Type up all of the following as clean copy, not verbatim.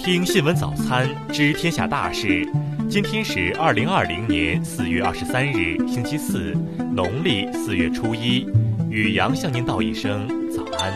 听新闻早餐知天下大事。今天是2020年4月23日，星期四，农历4月初一。宇阳向您道一声早安。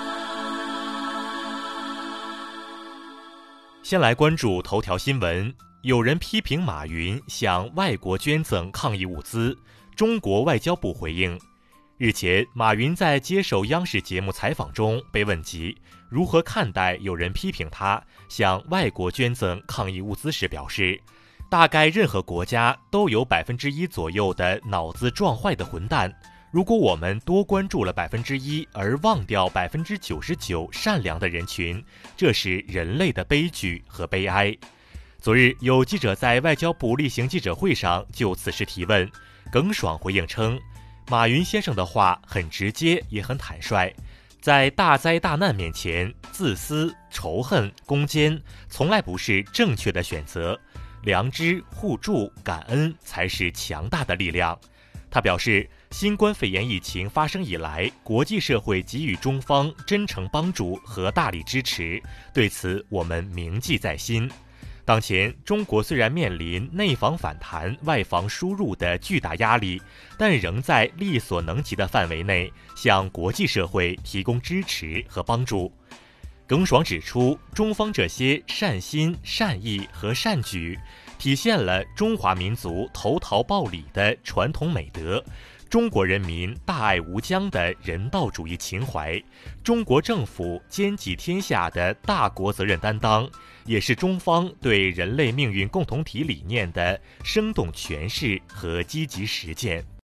先来关注头条新闻。有人批评马云向外国捐赠抗疫物资，中国外交部回应。日前，马云在接受央视节目采访中被问及如何看待有人批评他向外国捐赠抗疫物资时表示，大概任何国家都有1%左右的脑子撞坏的混蛋，如果我们多关注了1%而忘掉99%善良的人群，这是人类的悲剧和悲哀。昨日有记者在外交部例行记者会上就此事提问，耿爽回应称，马云先生的话很直接也很坦率，在大灾大难面前，自私、仇恨、攻坚从来不是正确的选择，良知、互助、感恩才是强大的力量。他表示，新冠肺炎疫情发生以来，国际社会给予中方真诚帮助和大力支持，对此我们铭记在心。当前，中国虽然面临内防反弹、外防输入的巨大压力，但仍在力所能及的范围内向国际社会提供支持和帮助。耿爽指出，中方这些善心、善意和善举，体现了中华民族投桃报李的传统美德，中国人民大爱无疆的人道主义情怀，中国政府兼济天下的大国责任担当，也是中方对人类命运共同体理念的生动诠释和积极实践。